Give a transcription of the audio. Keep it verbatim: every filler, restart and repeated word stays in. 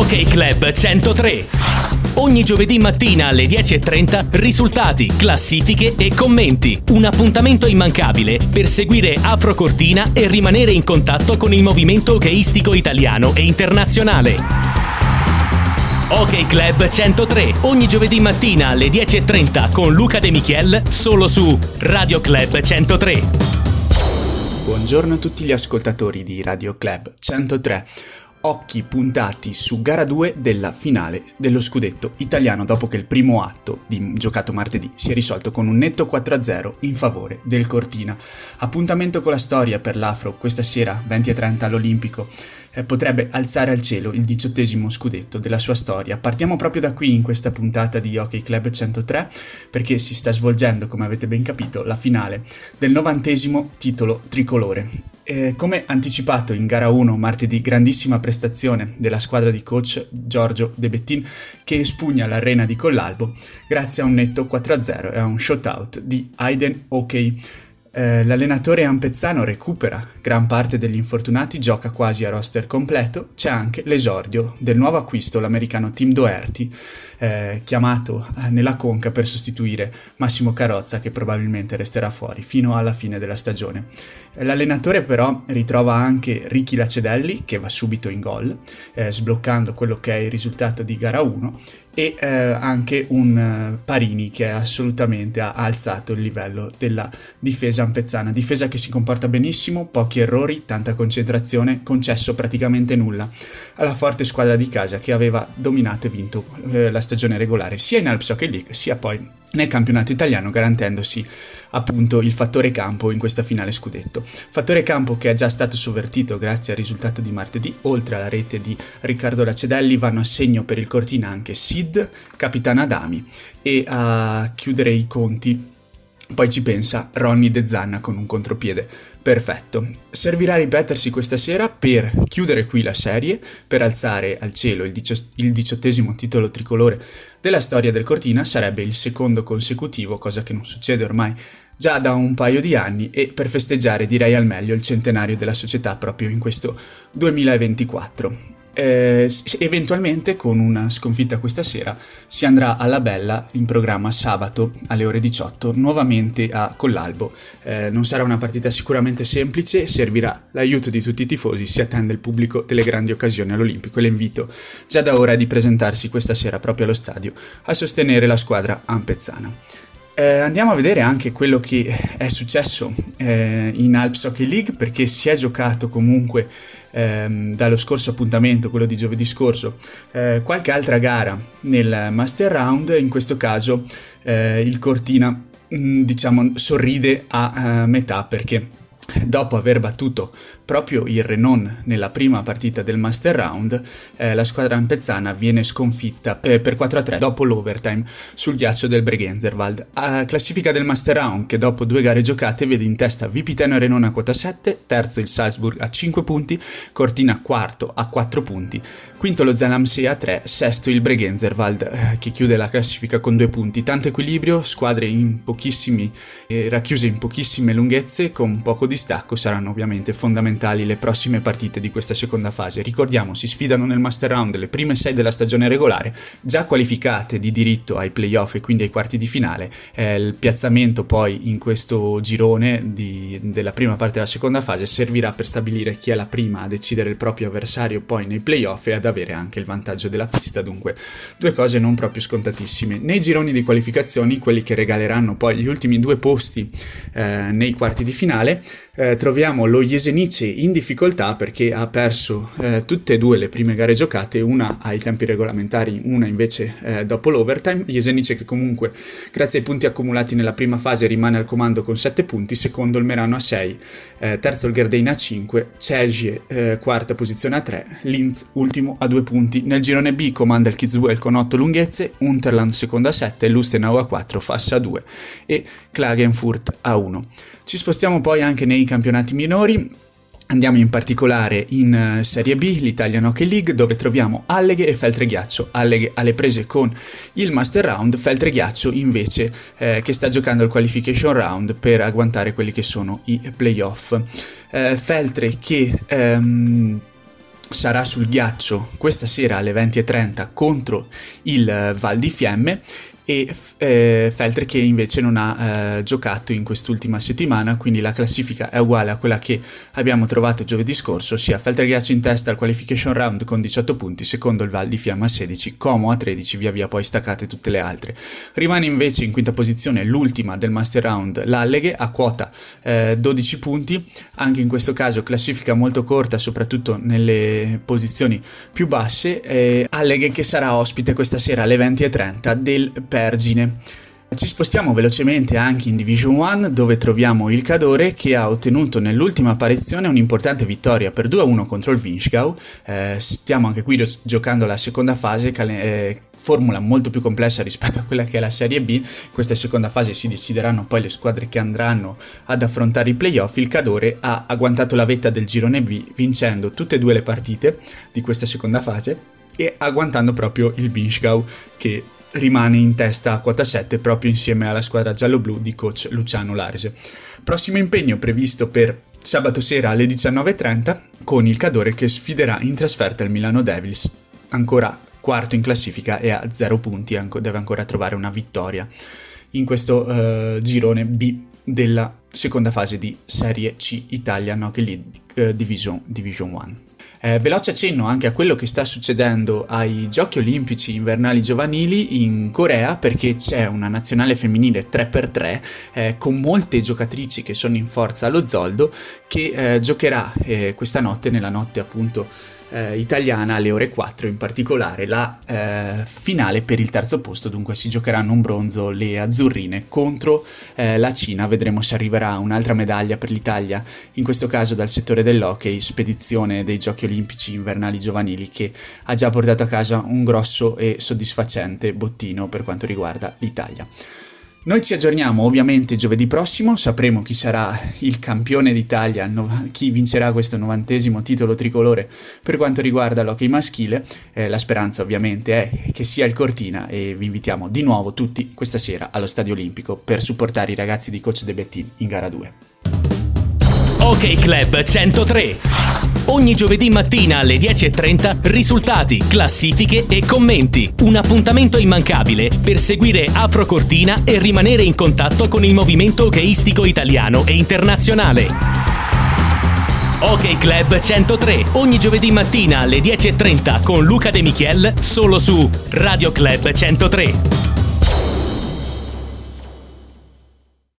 Hockey Club centotré. Ogni giovedì mattina alle dieci e trenta risultati, classifiche e commenti. Un appuntamento immancabile per seguire Afro Cortina e rimanere in contatto con il movimento hockeyistico italiano e internazionale. Hockey Club centotré, ogni giovedì mattina alle dieci e trenta con Luca De Michiel, solo su Radio Club centotré. Buongiorno a tutti gli ascoltatori di Radio Club centotré. Occhi puntati su gara due della finale dello scudetto italiano dopo che il primo atto, di, giocato martedì, si è risolto con un netto quattro a zero in favore del Cortina. Appuntamento con la storia per l'Afro questa sera, venti e trenta all'Olimpico. Eh, potrebbe alzare al cielo il diciottesimo scudetto della sua storia. Partiamo proprio da qui in questa puntata di Hockey Club centotré, perché si sta svolgendo, come avete ben capito, la finale del novantesimo titolo tricolore. Eh, come anticipato in gara uno martedì, grandissima prestazione della squadra di coach Giorgio De Bettin, che espugna l'arena di Collalbo grazie a un netto quattro a zero e a un shutout di Aiden Hockey. Eh, l'allenatore ampezzano recupera gran parte degli infortunati, gioca quasi a roster completo. C'è anche l'esordio del nuovo acquisto, l'americano Tim Doherty, eh, chiamato nella conca per sostituire Massimo Carrozza, che probabilmente resterà fuori fino alla fine della stagione. Eh, l'allenatore però ritrova anche Ricky Lacedelli, che va subito in gol, eh, sbloccando quello che è il risultato di gara uno, e eh, anche un uh, Parini che assolutamente ha alzato il livello della difesa ampezzana, difesa che si comporta benissimo, pochi errori, tanta concentrazione, concesso praticamente nulla alla forte squadra di casa che aveva dominato e vinto eh, la stagione regolare sia in Alps Hockey League sia poi nel campionato italiano, garantendosi appunto il fattore campo in questa finale scudetto. Fattore campo che è già stato sovvertito grazie al risultato di martedì. Oltre alla rete di Riccardo Lacedelli vanno a segno per il Cortina anche Sid, capitano Adami, e a chiudere i conti poi ci pensa Ronny De Zanna con un contropiede perfetto. Servirà ripetersi questa sera per chiudere qui la serie, per alzare al cielo il, dicio- il diciottesimo titolo tricolore della storia del Cortina. Sarebbe il secondo consecutivo, cosa che non succede ormai già da un paio di anni, e per festeggiare direi al meglio il centenario della società proprio in questo duemilaventiquattro. Eh, eventualmente con una sconfitta questa sera si andrà alla Bella in programma sabato alle ore diciotto nuovamente a Collalbo. Eh, non sarà una partita sicuramente semplice, servirà l'aiuto di tutti i tifosi, si attende il pubblico delle grandi occasioni all'Olimpico e l'invito già da ora è di presentarsi questa sera proprio allo stadio a sostenere la squadra ampezzana. Eh, andiamo a vedere anche quello che è successo eh, in Alps Hockey League, perché si è giocato comunque ehm, dallo scorso appuntamento, quello di giovedì scorso, eh, qualche altra gara nel Master Round. In questo caso eh, il Cortina mh, diciamo sorride a uh, metà, perché dopo aver battuto proprio il Renon nella prima partita del Master Round, eh, la squadra ampezzana viene sconfitta eh, per quattro a tre dopo l'overtime sul ghiaccio del Bregenzerwald. A classifica del Master Round, che dopo due gare giocate vede in testa Vipiteno Renon a quota sette, terzo il Salzburg a cinque punti, Cortina quarto a quattro punti, quinto lo Zalmsee a tre, sesto il Bregenzerwald eh, che chiude la classifica con due punti. Tanto equilibrio, squadre in pochissimi eh, racchiuse in pochissime lunghezze con poco distacco. Saranno ovviamente fondamentali le prossime partite di questa seconda fase. Ricordiamo, si sfidano nel Master Round le prime sei della stagione regolare, già qualificate di diritto ai playoff e quindi ai quarti di finale. Eh, il piazzamento poi in questo girone di, della prima parte della seconda fase servirà per stabilire chi è la prima a decidere il proprio avversario poi nei playoff e ad avere anche il vantaggio della pista. Dunque due cose non proprio scontatissime. Nei gironi di qualificazioni, quelli che regaleranno poi gli ultimi due posti eh, nei quarti di finale, eh, troviamo lo Jesenice in difficoltà perché ha perso eh, tutte e due le prime gare giocate, una ai tempi regolamentari, una invece eh, dopo l'overtime. Jesenice che comunque grazie ai punti accumulati nella prima fase rimane al comando con sette punti, secondo il Merano a sei, eh, terzo il Gerdane a cinque, Celje eh, quarta posizione a tre, Linz ultimo a due punti. Nel girone B comanda il Kitzbühel con otto lunghezze, Unterland seconda a sette, Lustenau a quattro, Fassa a due e Klagenfurt a uno. Ci spostiamo poi anche nei campionati minori. Andiamo in particolare in uh, Serie B, l'Italian Hockey League, dove troviamo Alleghe e Feltreghiaccio. Alleghe alle prese con il Master Round, Feltreghiaccio invece eh, che sta giocando il Qualification Round per agguantare quelli che sono i playoff. Eh, Feltre che... Ehm, sarà sul ghiaccio questa sera alle venti e trenta contro il Val di Fiemme, e eh, Feltre che invece non ha eh, giocato in quest'ultima settimana, quindi la classifica è uguale a quella che abbiamo trovato giovedì scorso, ossia Feltre Ghiaccio in testa al qualification round con diciotto punti, secondo il Val di Fiemme a sedici, Como a tredici, via via poi staccate tutte le altre. Rimane invece in quinta posizione l'ultima del Master Round, l'Alleghe, a quota eh, dodici punti, anche in questo caso classifica molto corta, soprattutto nelle posizioni più basse. eh, Alleghe che sarà ospite questa sera alle venti e trenta del Pergine. Ci spostiamo velocemente anche in Division uno, dove troviamo il Cadore che ha ottenuto nell'ultima apparizione un'importante vittoria per due a uno contro il Vinschgau. Eh, stiamo anche qui giocando la seconda fase, eh, formula molto più complessa rispetto a quella che è la Serie B. In questa seconda fase si decideranno poi le squadre che andranno ad affrontare i playoff. Il Cadore ha agguantato la vetta del girone B vincendo tutte e due le partite di questa seconda fase e agguantando proprio il Vinschgau, che rimane in testa a quota sette proprio insieme alla squadra giallo-blu di coach Luciano Larse. Prossimo impegno previsto per sabato sera alle diciannove e trenta con il Cadore che sfiderà in trasferta il Milano Devils, ancora quarto in classifica e a zero punti, deve ancora trovare una vittoria in questo uh, girone B della seconda fase di Serie C Italian Hockey League uh, Division, Division uno. Eh, veloce accenno anche a quello che sta succedendo ai Giochi Olimpici Invernali Giovanili in Corea, perché c'è una nazionale femminile tre per tre eh, con molte giocatrici che sono in forza allo Zoldo, che eh, giocherà eh, questa notte, nella notte appunto eh, italiana, alle ore quattro, in particolare la eh, finale per il terzo posto. Dunque si giocheranno un bronzo le azzurrine contro eh, la Cina. Vedremo se arriverà un'altra medaglia per l'Italia, in questo caso dal settore dell'hockey, spedizione dei Giochi Olimpici Invernali Giovanili, che ha già portato a casa un grosso e soddisfacente bottino per quanto riguarda l'Italia. Noi ci aggiorniamo ovviamente giovedì prossimo, sapremo chi sarà il campione d'Italia, chi vincerà questo novantesimo titolo tricolore per quanto riguarda l'hockey maschile. Eh, la speranza ovviamente è che sia il Cortina, e vi invitiamo di nuovo tutti questa sera allo Stadio Olimpico per supportare i ragazzi di coach De Bettin in gara due. Hockey Club centotré. Ogni giovedì mattina alle dieci e trenta risultati, classifiche e commenti. Un appuntamento immancabile per seguire Afro Cortina e rimanere in contatto con il movimento hockeyistico italiano e internazionale. Hockey Club centotré, ogni giovedì mattina alle dieci e trenta con Luca De Michiel, solo su Radio Club centotré.